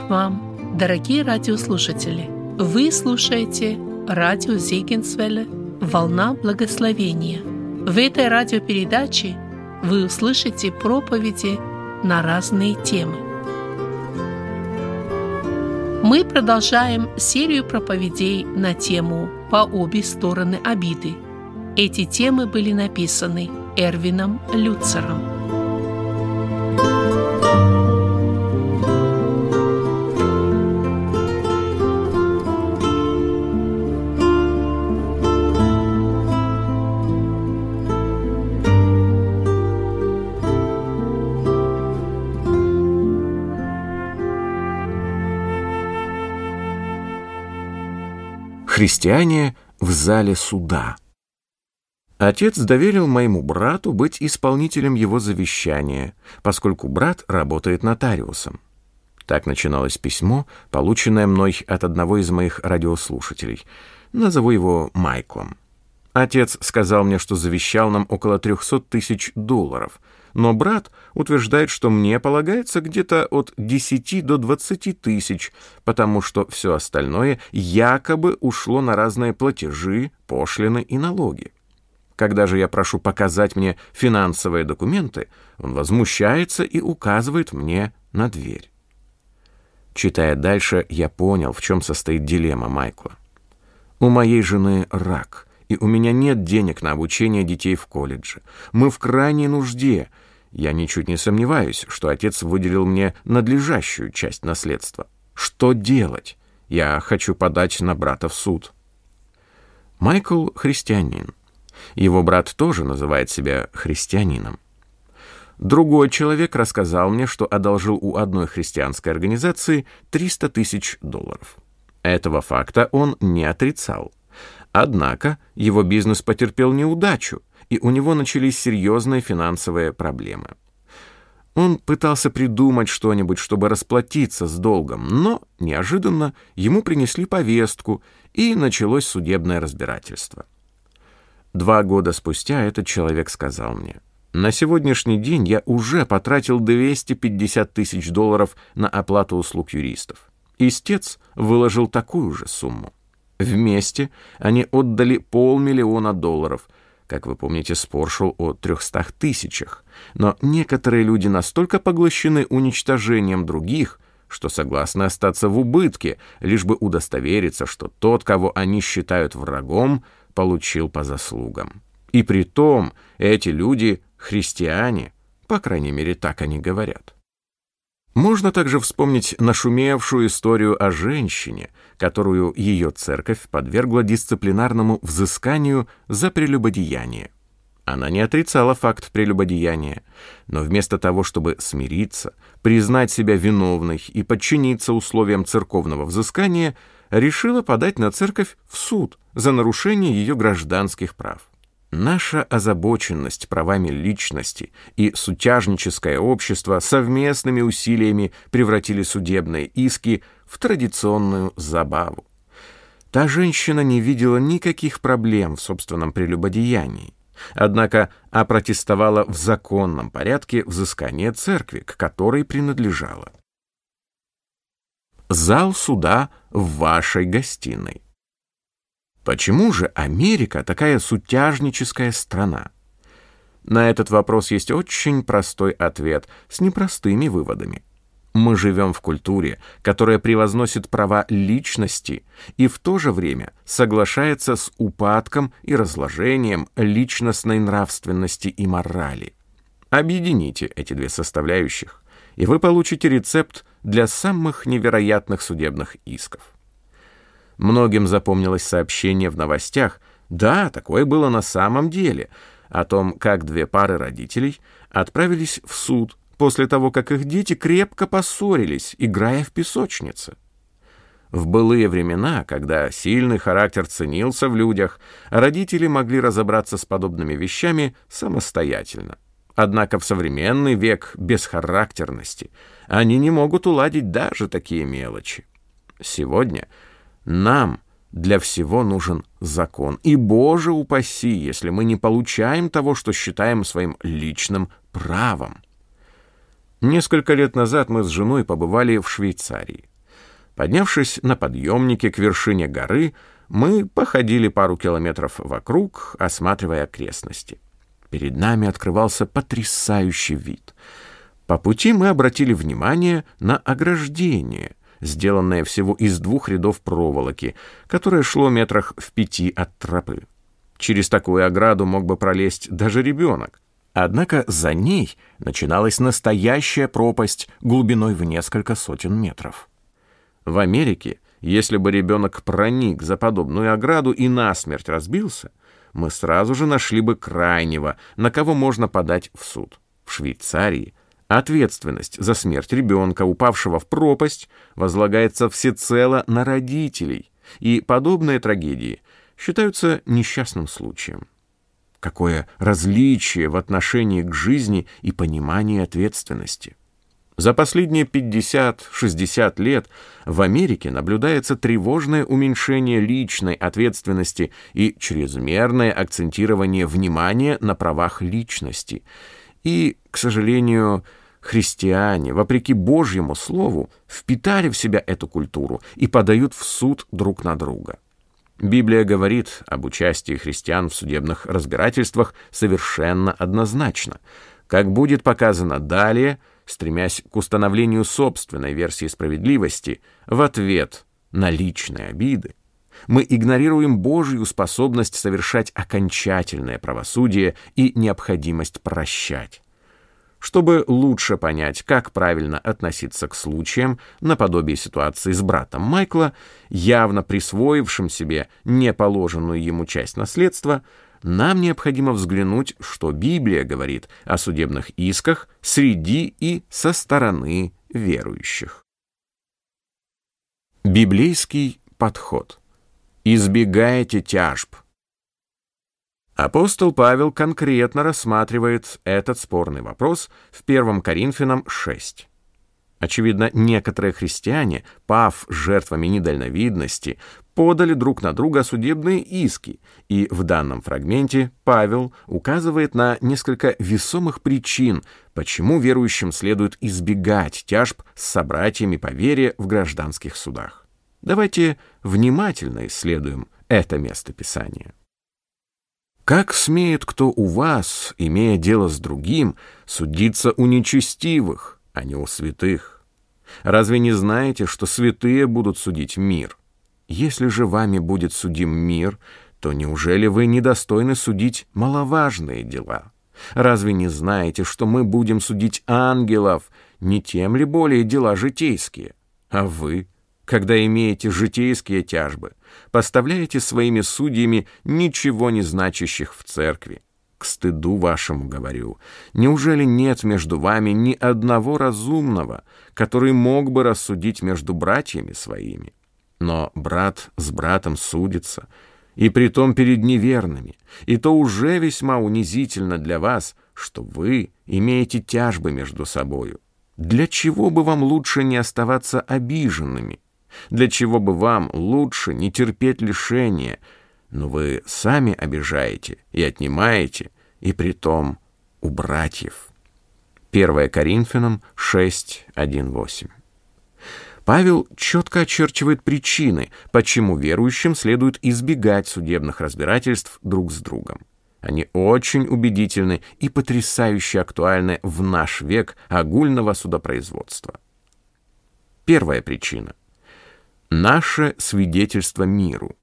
вам, дорогие радиослушатели! Вы слушаете радио Зегенсвелле «Волна благословения». В этой радиопередаче вы услышите проповеди на разные темы. Мы продолжаем серию проповедей на тему «По обе стороны обиды». Эти темы были написаны Эрвином Люцером. Христиане в зале суда. Отец доверил моему брату быть исполнителем его завещания, поскольку брат работает нотариусом. Так начиналось письмо, полученное мной от одного из моих радиослушателей. Назову его Майклом. Отец сказал мне, что завещал нам около $300 тысяч, но брат утверждает, что мне полагается где-то от 10 до 20 тысяч, потому что все остальное якобы ушло на разные платежи, пошлины и налоги. Когда же я прошу показать мне финансовые документы, он возмущается и указывает мне на дверь. Читая дальше, я понял, в чем состоит дилемма Майкла. У моей жены рак, и у меня нет денег на обучение детей в колледже. Мы в крайней нужде. Я ничуть не сомневаюсь, что отец выделил мне надлежащую часть наследства. Что делать? Я хочу подать на брата в суд. Майкл — христианин. Его брат тоже называет себя христианином. Другой человек рассказал мне, что одолжил у одной христианской организации $300 тысяч. Этого факта он не отрицал. Однако его бизнес потерпел неудачу, и у него начались серьезные финансовые проблемы. Он пытался придумать что-нибудь, чтобы расплатиться с долгом, но неожиданно ему принесли повестку, и началось судебное разбирательство. 2 года спустя этот человек сказал мне: «На сегодняшний день я уже потратил $250 тысяч на оплату услуг юристов. Истец выложил такую же сумму. Вместе они отдали $500 000. Как вы помните, спор шел о 300 тысячах. Но некоторые люди настолько поглощены уничтожением других, что согласны остаться в убытке, лишь бы удостовериться, что тот, кого они считают врагом, получил по заслугам. И притом эти люди — христиане, по крайней мере, так они говорят». Можно также вспомнить нашумевшую историю о женщине, которую ее церковь подвергла дисциплинарному взысканию за прелюбодеяние. Она не отрицала факт прелюбодеяния, но вместо того, чтобы смириться, признать себя виновной и подчиниться условиям церковного взыскания, решила подать на церковь в суд за нарушение ее гражданских прав. Наша озабоченность правами личности и сутяжническое общество совместными усилиями превратили судебные иски в традиционную забаву. Та женщина не видела никаких проблем в собственном прелюбодеянии, однако опротестовала в законном порядке взыскание церкви, к которой принадлежала. Зал суда в вашей гостиной. Почему же Америка такая сутяжническая страна? На этот вопрос есть очень простой ответ с непростыми выводами. Мы живем в культуре, которая превозносит права личности и в то же время соглашается с упадком и разложением личностной нравственности и морали. Объедините эти две составляющих, и вы получите рецепт для самых невероятных судебных исков. Многим запомнилось сообщение в новостях, да, такое было на самом деле, о том, как 2 пары родителей отправились в суд после того, как их дети крепко поссорились, играя в песочнице. В былые времена, когда сильный характер ценился в людях, родители могли разобраться с подобными вещами самостоятельно. Однако в современный век бесхарактерности они не могут уладить даже такие мелочи. Сегодня нам для всего нужен закон. И, Боже упаси, если мы не получаем того, что считаем своим личным правом. Несколько лет назад мы с женой побывали в Швейцарии. Поднявшись на подъемнике к вершине горы, мы походили пару километров вокруг, осматривая окрестности. Перед нами открывался потрясающий вид. По пути мы обратили внимание на ограждение, сделанное всего из 2 рядов проволоки, которое шло метрах в 5 от тропы. Через такую ограду мог бы пролезть даже ребенок. Однако за ней начиналась настоящая пропасть глубиной в несколько сотен метров. В Америке, если бы ребенок проник за подобную ограду и насмерть разбился, мы сразу же нашли бы крайнего, на кого можно подать в суд. В Швейцарии ответственность за смерть ребенка, упавшего в пропасть, возлагается всецело на родителей, и подобные трагедии считаются несчастным случаем. Какое различие в отношении к жизни и понимании ответственности! За последние 50-60 лет в Америке наблюдается тревожное уменьшение личной ответственности и чрезмерное акцентирование внимания на правах личности. И, к сожалению, христиане, вопреки Божьему Слову, впитали в себя эту культуру и подают в суд друг на друга. Библия говорит об участии христиан в судебных разбирательствах совершенно однозначно. Как будет показано далее, стремясь к установлению собственной версии справедливости в ответ на личные обиды, мы игнорируем Божью способность совершать окончательное правосудие и необходимость прощать. Чтобы лучше понять, как правильно относиться к случаям, наподобие ситуации с братом Майкла, явно присвоившим себе неположенную ему часть наследства, нам необходимо взглянуть, что Библия говорит о судебных исках среди и со стороны верующих. Библейский подход. Избегайте тяжб. Апостол Павел конкретно рассматривает этот спорный вопрос в 1 Коринфянам 6. Очевидно, некоторые христиане, пав жертвами недальновидности, подали друг на друга судебные иски, и в данном фрагменте Павел указывает на несколько весомых причин, почему верующим следует избегать тяжб с собратьями по вере в гражданских судах. Давайте внимательно исследуем это место Писания. «Как смеет кто у вас, имея дело с другим, судиться у нечестивых, а не у святых? Разве не знаете, что святые будут судить мир? Если же вами будет судим мир, то неужели вы недостойны судить маловажные дела? Разве не знаете, что мы будем судить ангелов, не тем ли более дела житейские? А вы, когда имеете житейские тяжбы, поставляете своими судьями ничего не значащих в церкви? К стыду вашему говорю, неужели нет между вами ни одного разумного, который мог бы рассудить между братьями своими? Но брат с братом судится, и притом перед неверными, и то уже весьма унизительно для вас, что вы имеете тяжбы между собою. Для чего бы вам лучше не оставаться обиженными? Для чего бы вам лучше не терпеть лишения? Но вы сами обижаете и отнимаете, и притом у братьев». 1 Коринфянам 6:1-8. Павел четко очерчивает причины, почему верующим следует избегать судебных разбирательств друг с другом. Они очень убедительны и потрясающе актуальны в наш век огульного судопроизводства. Первая причина — наше свидетельство миру.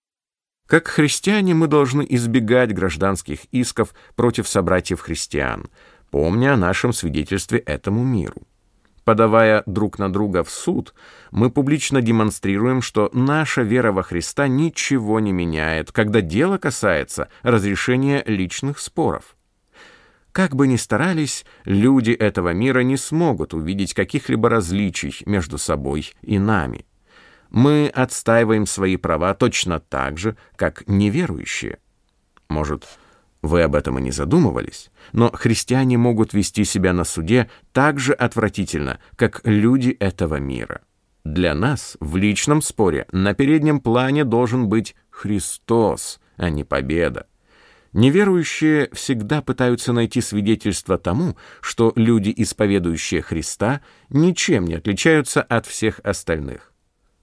Как христиане мы должны избегать гражданских исков против собратьев-христиан, помня о нашем свидетельстве этому миру. Подавая друг на друга в суд, мы публично демонстрируем, что наша вера во Христа ничего не меняет, когда дело касается разрешения личных споров. Как бы ни старались, люди этого мира не смогут увидеть каких-либо различий между собой и нами. Мы отстаиваем свои права точно так же, как неверующие. Может, вы об этом и не задумывались, но христиане могут вести себя на суде так же отвратительно, как люди этого мира. Для нас в личном споре на переднем плане должен быть Христос, а не победа. Неверующие всегда пытаются найти свидетельство тому, что люди, исповедующие Христа, ничем не отличаются от всех остальных.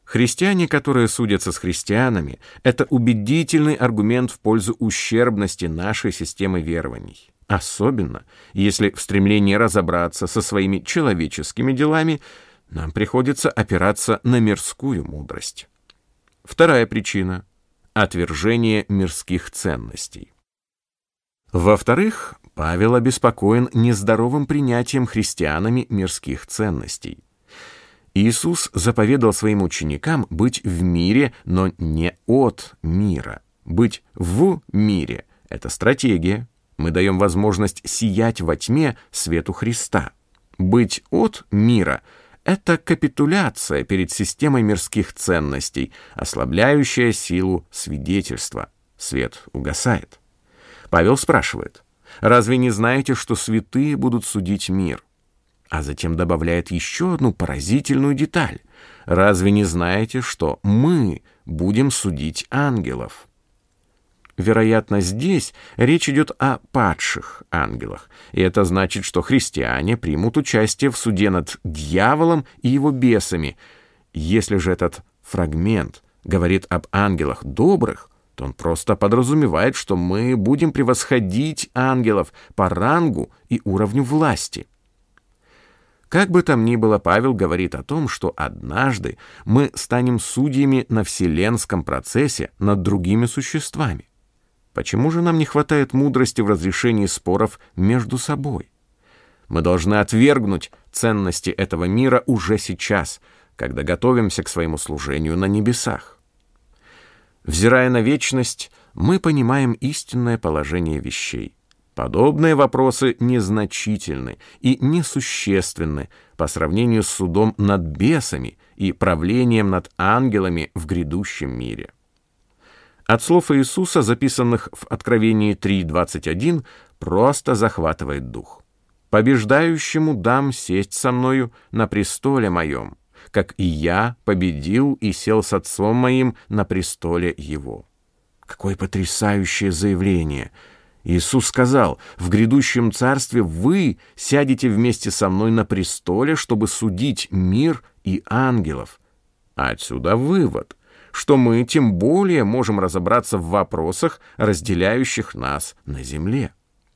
Христиане, которые судятся с христианами, это убедительный аргумент в пользу ущербности нашей системы верований. Особенно, если в стремлении разобраться со своими человеческими делами нам приходится опираться на мирскую мудрость. Вторая причина – отвержение мирских ценностей. Во-вторых, Павел обеспокоен нездоровым принятием христианами мирских ценностей. Иисус заповедал своим ученикам быть в мире, но не от мира. Быть в мире – это стратегия. Мы даем возможность сиять во тьме свету Христа. Быть от мира – это капитуляция перед системой мирских ценностей, ослабляющая силу свидетельства. Свет угасает. Павел спрашивает: «Разве не знаете, что святые будут судить мир?» А затем добавляет еще одну поразительную деталь. «Разве не знаете, что мы будем судить ангелов?» Вероятно, здесь речь идет о падших ангелах, и это значит, что христиане примут участие в суде над дьяволом и его бесами. Если же этот фрагмент говорит об ангелах добрых, то он просто подразумевает, что мы будем превосходить ангелов по рангу и уровню власти. Как бы там ни было, Павел говорит о том, что однажды мы станем судьями на вселенском процессе над другими существами. Почему же нам не хватает мудрости в разрешении споров между собой? Мы должны отвергнуть ценности этого мира уже сейчас, когда готовимся к своему служению на небесах. Взирая на вечность, мы понимаем истинное положение вещей. Подобные вопросы незначительны и несущественны по сравнению с судом над бесами и правлением над ангелами в грядущем мире. От слов Иисуса, записанных в Откровении 3:21, просто захватывает дух. «Побеждающему дам сесть со мною на престоле моем, как и я победил и сел с Отцом моим на престоле его». Какое потрясающее заявление! Иисус сказал: «В грядущем царстве вы сядете вместе со мной на престоле, чтобы судить мир и ангелов». А отсюда вывод, что мы тем более можем разобраться в вопросах, разделяющих нас на земле.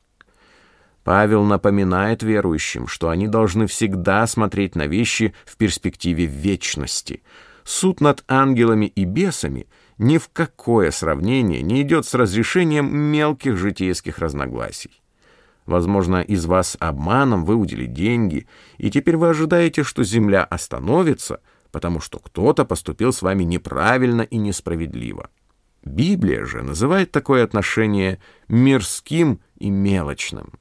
Павел напоминает верующим, что они должны всегда смотреть на вещи в перспективе вечности. Суд над ангелами и бесами ни в какое сравнение не идет с разрешением мелких житейских разногласий. Возможно, из вас обманом выудили деньги, и теперь вы ожидаете, что земля остановится, потому что кто-то поступил с вами неправильно и несправедливо. Библия же называет такое отношение мирским и мелочным.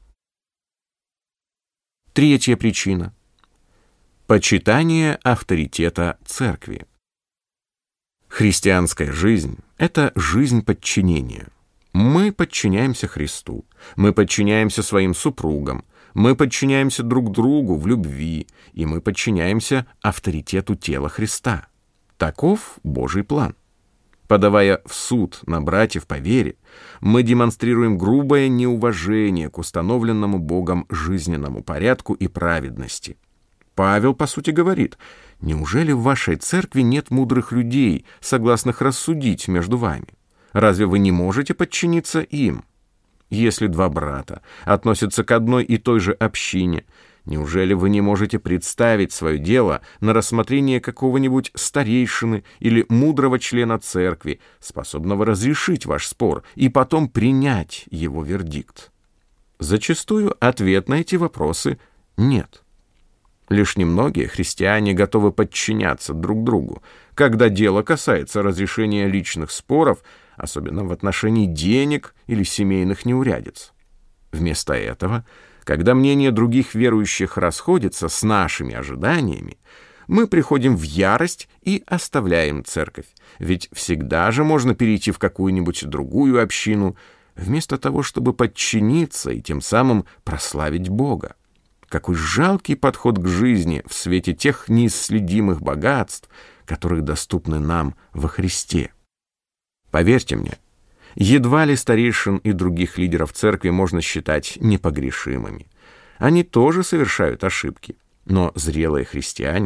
Третья причина – почитание авторитета церкви. Христианская жизнь – это жизнь подчинения. Мы подчиняемся Христу, мы подчиняемся своим супругам, мы подчиняемся друг другу в любви, и мы подчиняемся авторитету тела Христа. Таков Божий план. Подавая в суд на братьев по вере, мы демонстрируем грубое неуважение к установленному Богом жизненному порядку и праведности. Павел, по сути, говорит: «Неужели в вашей церкви нет мудрых людей, согласных рассудить между вами? Разве вы не можете подчиниться им? Если два брата относятся к одной и той же общине, неужели вы не можете представить свое дело на рассмотрение какого-нибудь старейшины или мудрого члена церкви, способного разрешить ваш спор и потом принять его вердикт?» Зачастую ответ на эти вопросы – нет. Лишь немногие христиане готовы подчиняться друг другу, когда дело касается разрешения личных споров, особенно в отношении денег или семейных неурядиц. Вместо этого, когда мнения других верующих расходятся с нашими ожиданиями, мы приходим в ярость и оставляем церковь, ведь всегда же можно перейти в какую-нибудь другую общину, вместо того, чтобы подчиниться и тем самым прославить Бога. Какой жалкий подход к жизни в свете тех неисследимых богатств, которые доступны нам во Христе. Поверьте мне, едва ли старейшин и других лидеров церкви можно считать непогрешимыми. Они тоже совершают ошибки, но зрелые христиане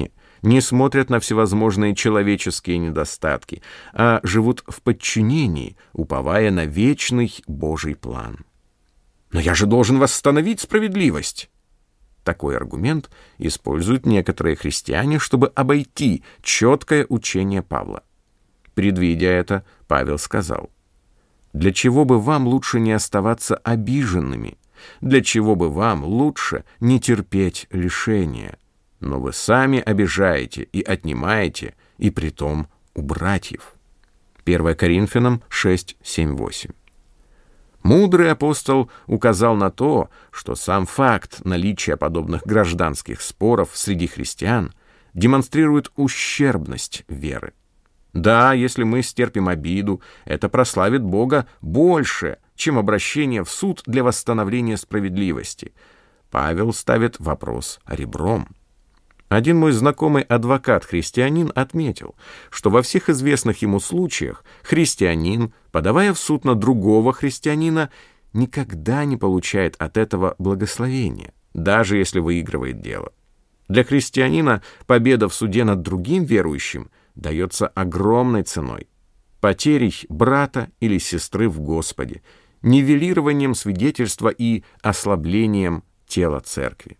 не смотрят на всевозможные человеческие недостатки, а живут в подчинении, уповая на вечный Божий план. «Но я же должен восстановить справедливость!» Такой аргумент используют некоторые христиане, чтобы обойти четкое учение Павла. Предвидя это, Павел сказал: «Для чего бы вам лучше не оставаться обиженными? Для чего бы вам лучше не терпеть лишения? Но вы сами обижаете и отнимаете, и притом у братьев». 1 Коринфянам 6, 7, 8. Мудрый апостол указал на то, что сам факт наличия подобных гражданских споров среди христиан демонстрирует ущербность веры. Да, если мы стерпим обиду, это прославит Бога больше, чем обращение в суд для восстановления справедливости. Павел ставит вопрос ребром. Один мой знакомый адвокат-христианин отметил, что во всех известных ему случаях христианин, подавая в суд на другого христианина, никогда не получает от этого благословения, даже если выигрывает дело. Для христианина победа в суде над другим верующим дается огромной ценой: потерей брата или сестры в Господе, нивелированием свидетельства и ослаблением тела церкви.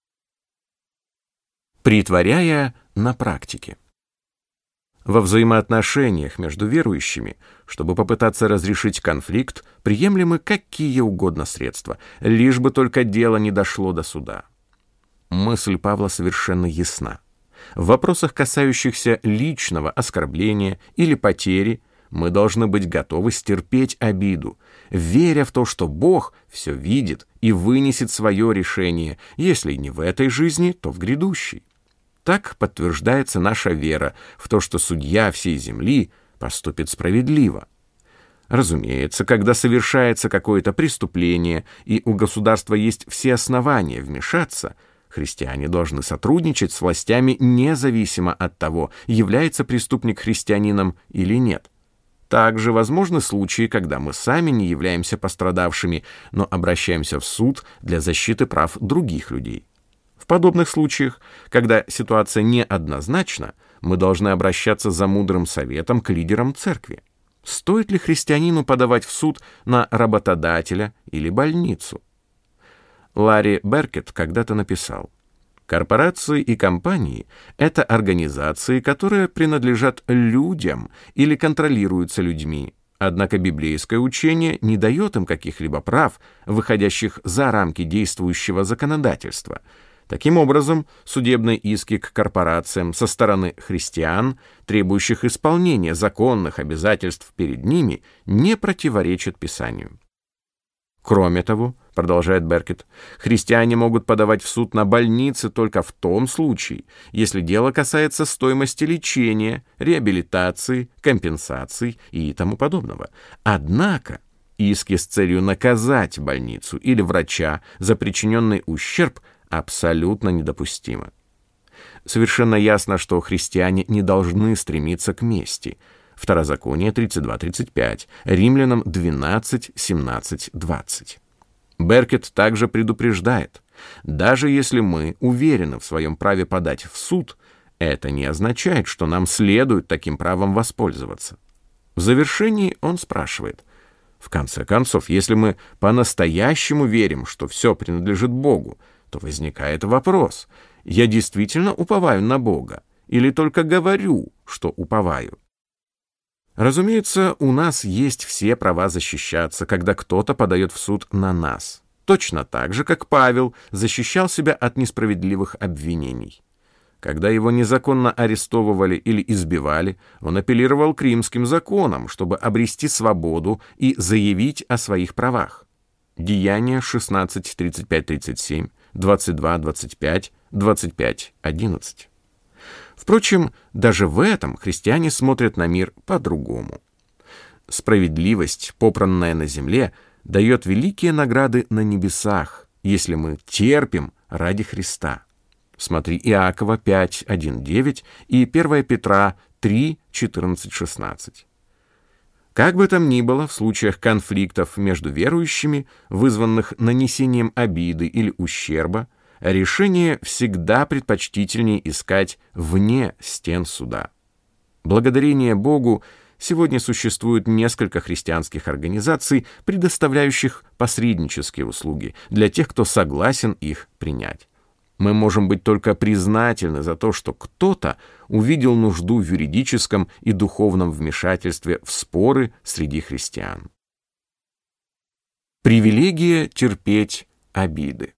Притворяя на практике. Во взаимоотношениях между верующими, чтобы попытаться разрешить конфликт, приемлемы какие угодно средства, лишь бы только дело не дошло до суда. Мысль Павла совершенно ясна. В вопросах, касающихся личного оскорбления или потери, мы должны быть готовы стерпеть обиду, веря в то, что Бог все видит и вынесет свое решение, если не в этой жизни, то в грядущей. Так подтверждается наша вера в то, что судья всей земли поступит справедливо. Разумеется, когда совершается какое-то преступление, и у государства есть все основания вмешаться, христиане должны сотрудничать с властями независимо от того, является преступник христианином или нет. Также возможны случаи, когда мы сами не являемся пострадавшими, но обращаемся в суд для защиты прав других людей. В подобных случаях, когда ситуация неоднозначна, мы должны обращаться за мудрым советом к лидерам церкви. Стоит ли христианину подавать в суд на работодателя или больницу? Ларри Беркет когда-то написал: «Корпорации и компании — это организации, которые принадлежат людям или контролируются людьми. Однако библейское учение не дает им каких-либо прав, выходящих за рамки действующего законодательства. Таким образом, судебные иски к корпорациям со стороны христиан, требующих исполнения законных обязательств перед ними, не противоречат Писанию». Кроме того, продолжает Беркет, христиане могут подавать в суд на больницы только в том случае, если дело касается стоимости лечения, реабилитации, компенсаций и тому подобного. Однако иски с целью наказать больницу или врача за причиненный ущерб абсолютно недопустимо. Совершенно ясно, что христиане не должны стремиться к мести. Второзаконие 32-35, Римлянам 12, 17, 20. Беркет также предупреждает: даже если мы уверены в своем праве подать в суд, это не означает, что нам следует таким правом воспользоваться. В завершении он спрашивает: в конце концов, если мы по-настоящему верим, что все принадлежит Богу, то возникает вопрос: я действительно уповаю на Бога или только говорю, что уповаю? Разумеется, у нас есть все права защищаться, когда кто-то подает в суд на нас. Точно так же, как Павел защищал себя от несправедливых обвинений. Когда его незаконно арестовывали или избивали, он апеллировал к римским законам, чтобы обрести свободу и заявить о своих правах. Деяния 16, 35-37, 22, 25, 25, 11. Впрочем, даже в этом христиане смотрят на мир по-другому. Справедливость, попранная на земле, дает великие награды на небесах, если мы терпим ради Христа. Смотри Иакова 5, 1, 9 и 1 Петра 3, 14, 16. Как бы там ни было, в случаях конфликтов между верующими, вызванных нанесением обиды или ущерба, решение всегда предпочтительнее искать вне стен суда. Благодарение Богу, сегодня существует несколько христианских организаций, предоставляющих посреднические услуги для тех, кто согласен их принять. Мы можем быть только признательны за то, что кто-то увидел нужду в юридическом и духовном вмешательстве в споры среди христиан. Привилегия терпеть обиды.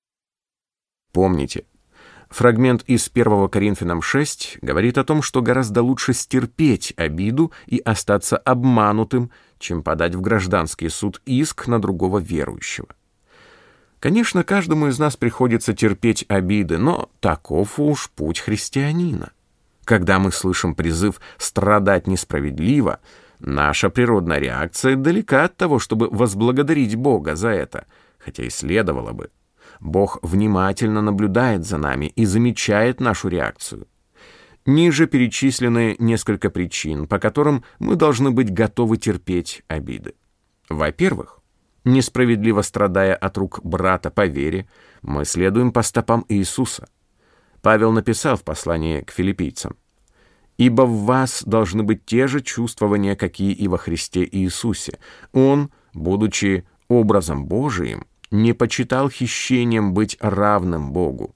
Помните, фрагмент из 1 Коринфянам 6 говорит о том, что гораздо лучше стерпеть обиду и остаться обманутым, чем подать в гражданский суд иск на другого верующего. Конечно, каждому из нас приходится терпеть обиды, но таков уж путь христианина. Когда мы слышим призыв страдать несправедливо, наша природная реакция далека от того, чтобы возблагодарить Бога за это, хотя и следовало бы. Бог внимательно наблюдает за нами и замечает нашу реакцию. Ниже перечислены несколько причин, по которым мы должны быть готовы терпеть обиды. Во-первых, несправедливо страдая от рук брата по вере, мы следуем по стопам Иисуса. Павел написал в послании к филиппийцам: «Ибо в вас должны быть те же чувствования, какие и во Христе Иисусе. Он, будучи образом Божиим, не почитал хищением быть равным Богу,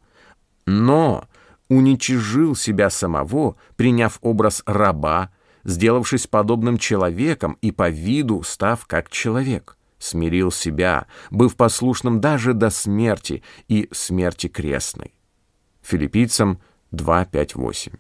но уничижил себя самого, приняв образ раба, сделавшись подобным человеком и по виду став как человек. Смирил себя, быв послушным даже до смерти и смерти крестной». Филиппийцам 2:5-8.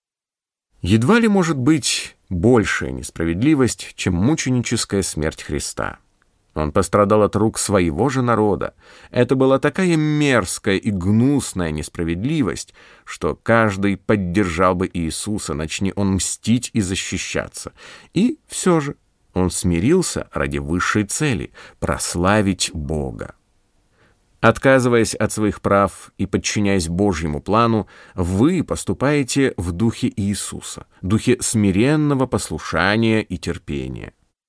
Едва ли может быть большая несправедливость, чем мученическая смерть Христа. Он пострадал от рук своего же народа. Это была такая мерзкая и гнусная несправедливость, что каждый поддержал бы Иисуса, начни он мстить и защищаться. И все же он смирился ради высшей цели — прославить Бога. Отказываясь от своих прав и подчиняясь Божьему плану, вы поступаете в духе Иисуса, духе смиренного послушания и терпения.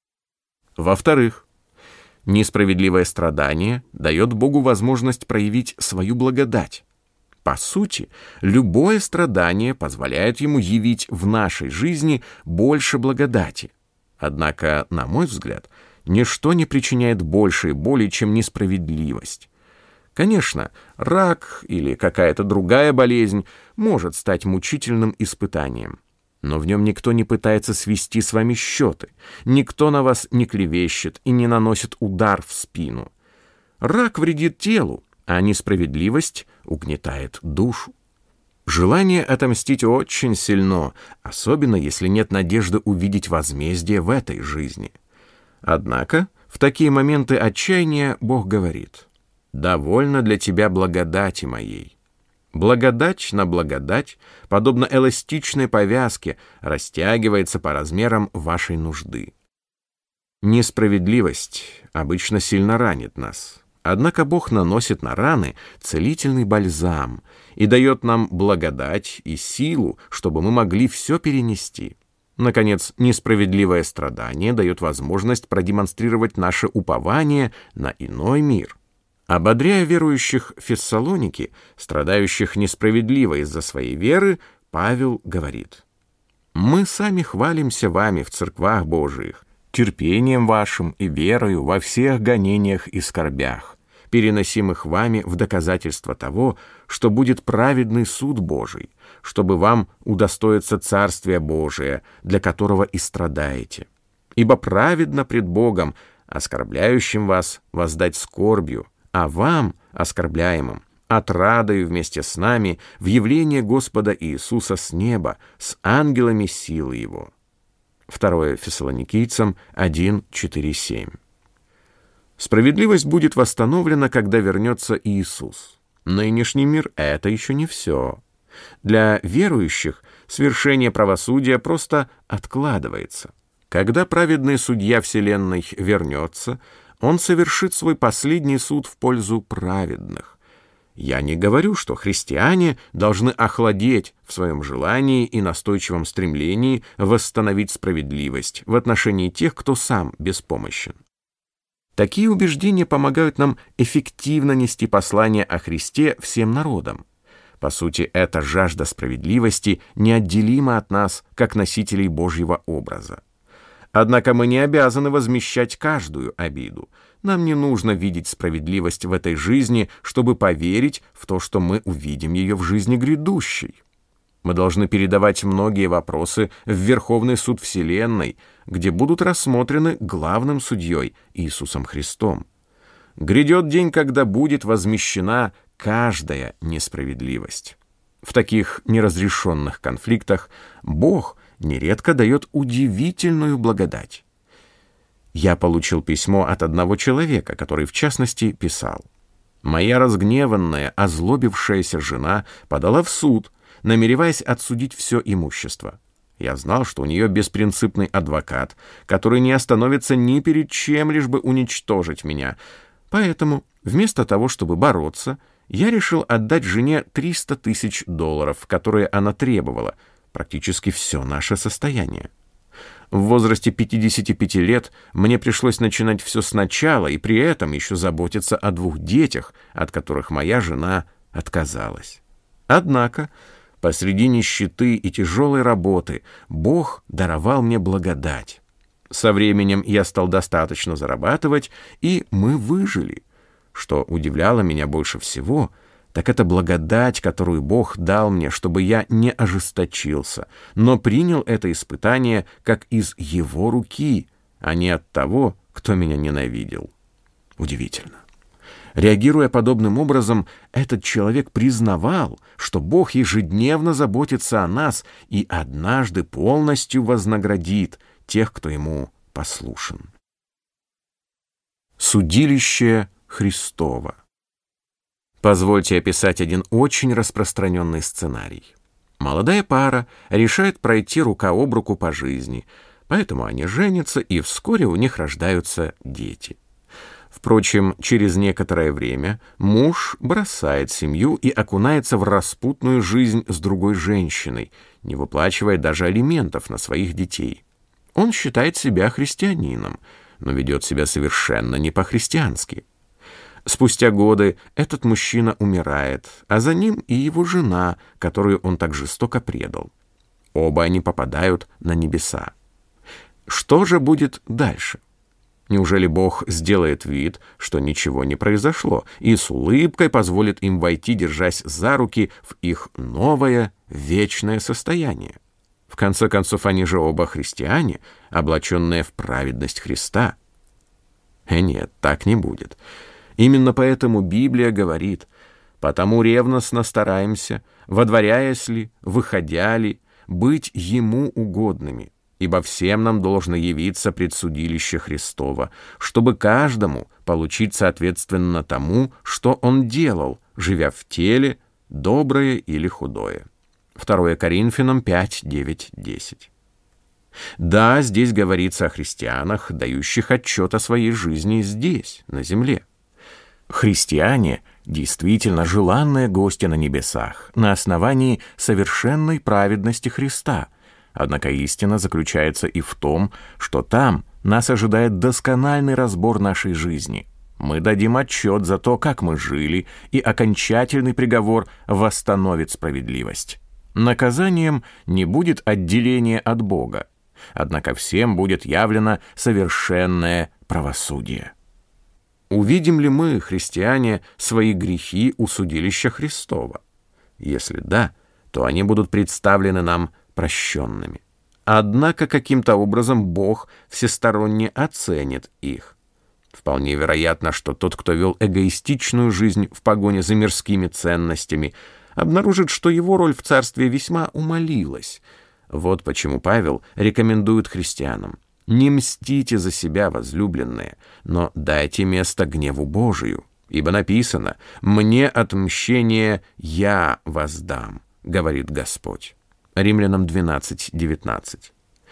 Во-вторых, несправедливое страдание дает Богу возможность проявить свою благодать. По сути, любое страдание позволяет Ему явить в нашей жизни больше благодати. Однако, на мой взгляд, ничто не причиняет большей боли, чем несправедливость. Конечно, рак или какая-то другая болезнь может стать мучительным испытанием, но в нем никто не пытается свести с вами счеты, никто на вас не клевещет и не наносит удар в спину. Рак вредит телу, а несправедливость угнетает душу. Желание отомстить очень сильно, особенно если нет надежды увидеть возмездие в этой жизни. Однако в такие моменты отчаяния Бог говорит: «Довольно для тебя благодати моей». Благодать на благодать, подобно эластичной повязке, растягивается по размерам вашей нужды. Несправедливость обычно сильно ранит нас. Однако Бог наносит на раны целительный бальзам и дает нам благодать и силу, чтобы мы могли все перенести. Наконец, несправедливое страдание дает возможность продемонстрировать наше упование на иной мир. Ободряя верующих в Фессалонике, страдающих несправедливо из-за своей веры, Павел говорит: «Мы сами хвалимся вами в церквах Божиих, терпением вашим и верою во всех гонениях и скорбях, переносимых вами в доказательство того, что будет праведный суд Божий, чтобы вам удостоиться Царствия Божия, для которого и страдаете. Ибо праведно пред Богом, оскорбляющим вас, воздать скорбью, а вам, оскорбляемым, отрадою вместе с нами в явление Господа Иисуса с неба, с ангелами силы Его». 2 Фессалоникийцам 1:4-7. Справедливость будет восстановлена, когда вернется Иисус. Нынешний мир — это еще не все. Для верующих свершение правосудия просто откладывается. Когда праведный судья Вселенной вернется, он совершит свой последний суд в пользу праведных. Я не говорю, что христиане должны охладеть в своем желании и настойчивом стремлении восстановить справедливость в отношении тех, кто сам беспомощен. Такие убеждения помогают нам эффективно нести послание о Христе всем народам. По сути, эта жажда справедливости неотделима от нас, как носителей Божьего образа. Однако мы не обязаны возмещать каждую обиду. Нам не нужно видеть справедливость в этой жизни, чтобы поверить в то, что мы увидим ее в жизни грядущей. Мы должны передавать многие вопросы в Верховный суд Вселенной, где будут рассмотрены главным судьей Иисусом Христом. Грядет день, когда будет возмещена каждая несправедливость. В таких неразрешенных конфликтах Бог нередко дает удивительную благодать. Я получил письмо от одного человека, который, в частности, писал: «Моя разгневанная, озлобившаяся жена подала в суд, намереваясь отсудить все имущество. Я знал, что у нее беспринципный адвокат, который не остановится ни перед чем, лишь бы уничтожить меня. Поэтому, вместо того, чтобы бороться, я решил отдать жене $300 000, которые она требовала, практически все наше состояние. В возрасте 55 лет мне пришлось начинать все сначала и при этом еще заботиться о 2 детях, от которых моя жена отказалась. Однако посреди нищеты и тяжелой работы Бог даровал мне благодать. Со временем я стал достаточно зарабатывать, и мы выжили. Что удивляло меня больше всего, так это благодать, которую Бог дал мне, чтобы я не ожесточился, но принял это испытание как из Его руки, а не от того, кто меня ненавидел. Удивительно. Реагируя подобным образом, этот человек признавал, что Бог ежедневно заботится о нас и однажды полностью вознаградит тех, кто Ему послушен. Судилище Христово. Позвольте описать один очень распространенный сценарий. Молодая пара решает пройти рука об руку по жизни, поэтому они женятся, и вскоре у них рождаются дети. Впрочем, через некоторое время муж бросает семью и окунается в распутную жизнь с другой женщиной, не выплачивая даже алиментов на своих детей. Он считает себя христианином, но ведет себя совершенно не по-христиански. Спустя годы этот мужчина умирает, а за ним и его жена, которую он так жестоко предал. Оба они попадают на небеса. Что же будет дальше? Неужели Бог сделает вид, что ничего не произошло, и с улыбкой позволит им войти, держась за руки, в их новое вечное состояние? В конце концов, они же оба христиане, облаченные в праведность Христа. Нет, так не будет. Именно поэтому Библия говорит: «Потому ревностно стараемся, водворяясь ли, выходя ли, быть Ему угодными, ибо всем нам должно явиться пред судилище Христово, чтобы каждому получить соответственно тому, что он делал, живя в теле, доброе или худое». 2 Коринфянам 5, 9, 10. Да, здесь говорится о христианах, дающих отчет о своей жизни здесь, на земле. Христиане действительно желанные гости на небесах на основании совершенной праведности Христа. Однако истина заключается и в том, что там нас ожидает доскональный разбор нашей жизни. Мы дадим отчет за то, как мы жили, и окончательный приговор восстановит справедливость. Наказанием не будет отделение от Бога, однако всем будет явлено совершенное правосудие. Увидим ли мы, христиане, свои грехи у судилища Христова? Если да, то они будут представлены нам прощенными. Однако каким-то образом Бог всесторонне оценит их. Вполне вероятно, что тот, кто вел эгоистичную жизнь в погоне за мирскими ценностями, обнаружит, что его роль в царстве весьма умалилась. Вот почему Павел рекомендует христианам: «Не мстите за себя, возлюбленные, но дайте место гневу Божию, ибо написано: «Мне отмщение я воздам», — говорит Господь». Римлянам 12, 19.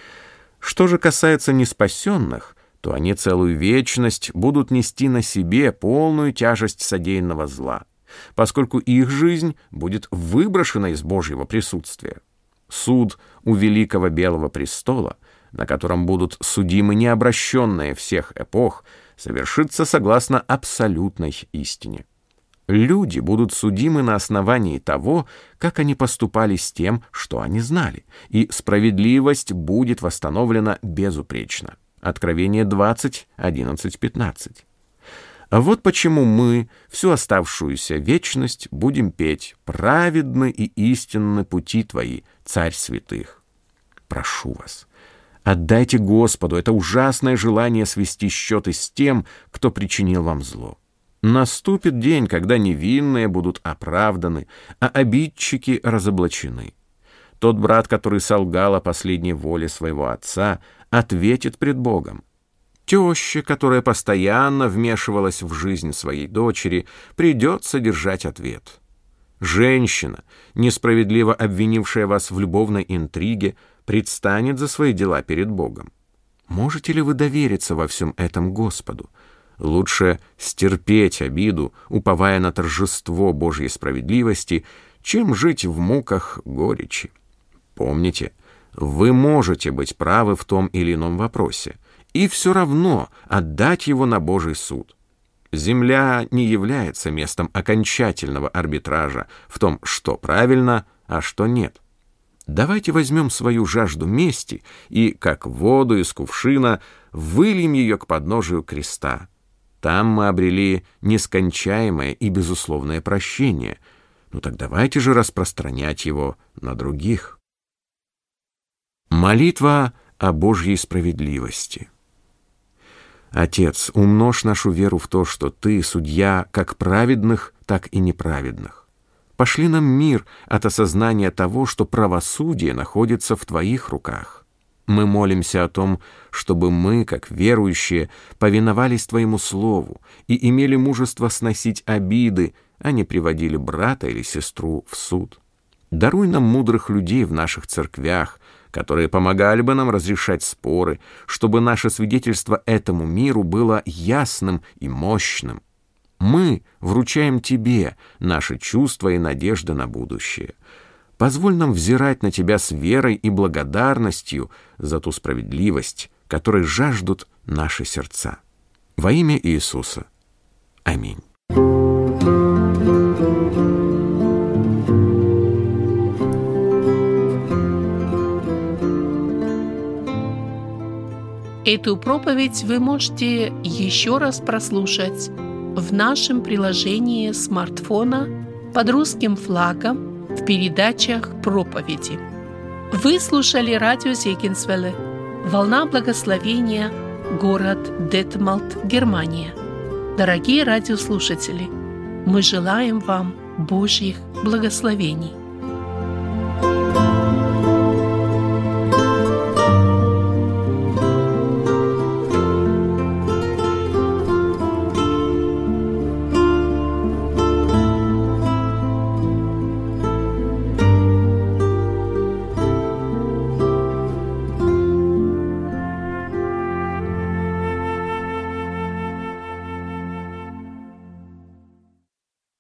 Что же касается неспасенных, то они целую вечность будут нести на себе полную тяжесть содеянного зла, поскольку их жизнь будет выброшена из Божьего присутствия. Суд у великого белого престола, на котором будут судимы необращенные всех эпох, совершится согласно абсолютной истине. Люди будут судимы на основании того, как они поступали с тем, что они знали, и справедливость будет восстановлена безупречно. Откровение 20, 11, 15. А вот почему мы всю оставшуюся вечность будем петь «Праведны и истинны пути Твои, Царь святых». Прошу вас, отдайте Господу это ужасное желание свести счеты с тем, кто причинил вам зло. Наступит день, когда невинные будут оправданы, а обидчики разоблачены. Тот брат, который солгал о последней воле своего отца, ответит пред Богом. Теща, которая постоянно вмешивалась в жизнь своей дочери, придется держать ответ. Женщина, несправедливо обвинившая вас в любовной интриге, предстанет за свои дела перед Богом. Можете ли вы довериться во всем этом Господу? Лучше стерпеть обиду, уповая на торжество Божьей справедливости, чем жить в муках горечи. Помните, вы можете быть правы в том или ином вопросе, и все равно отдать его на Божий суд. Земля не является местом окончательного арбитража в том, что правильно, а что нет. Давайте возьмем свою жажду мести и, как воду из кувшина, выльем ее к подножию креста. Там мы обрели нескончаемое и безусловное прощение. Ну так давайте же распространять его на других. Молитва о Божьей справедливости. Отец, умножь нашу веру в то, что Ты судья как праведных, так и неправедных. Пошли нам мир от осознания того, что правосудие находится в Твоих руках. Мы молимся о том, чтобы мы, как верующие, повиновались Твоему Слову и имели мужество сносить обиды, а не приводили брата или сестру в суд. Даруй нам мудрых людей в наших церквях, которые помогали бы нам разрешать споры, чтобы наше свидетельство этому миру было ясным и мощным. Мы вручаем Тебе наши чувства и надежды на будущее. Позволь нам взирать на Тебя с верой и благодарностью за ту справедливость, которой жаждут наши сердца. Во имя Иисуса. Аминь. Эту проповедь вы можете еще раз прослушать в нашем приложении смартфона под русским флагом в передачах проповеди. Вы слушали радио Зегенсвелле, «Волна благословения», город Детмалт, Германия. Дорогие радиослушатели, мы желаем вам Божьих благословений.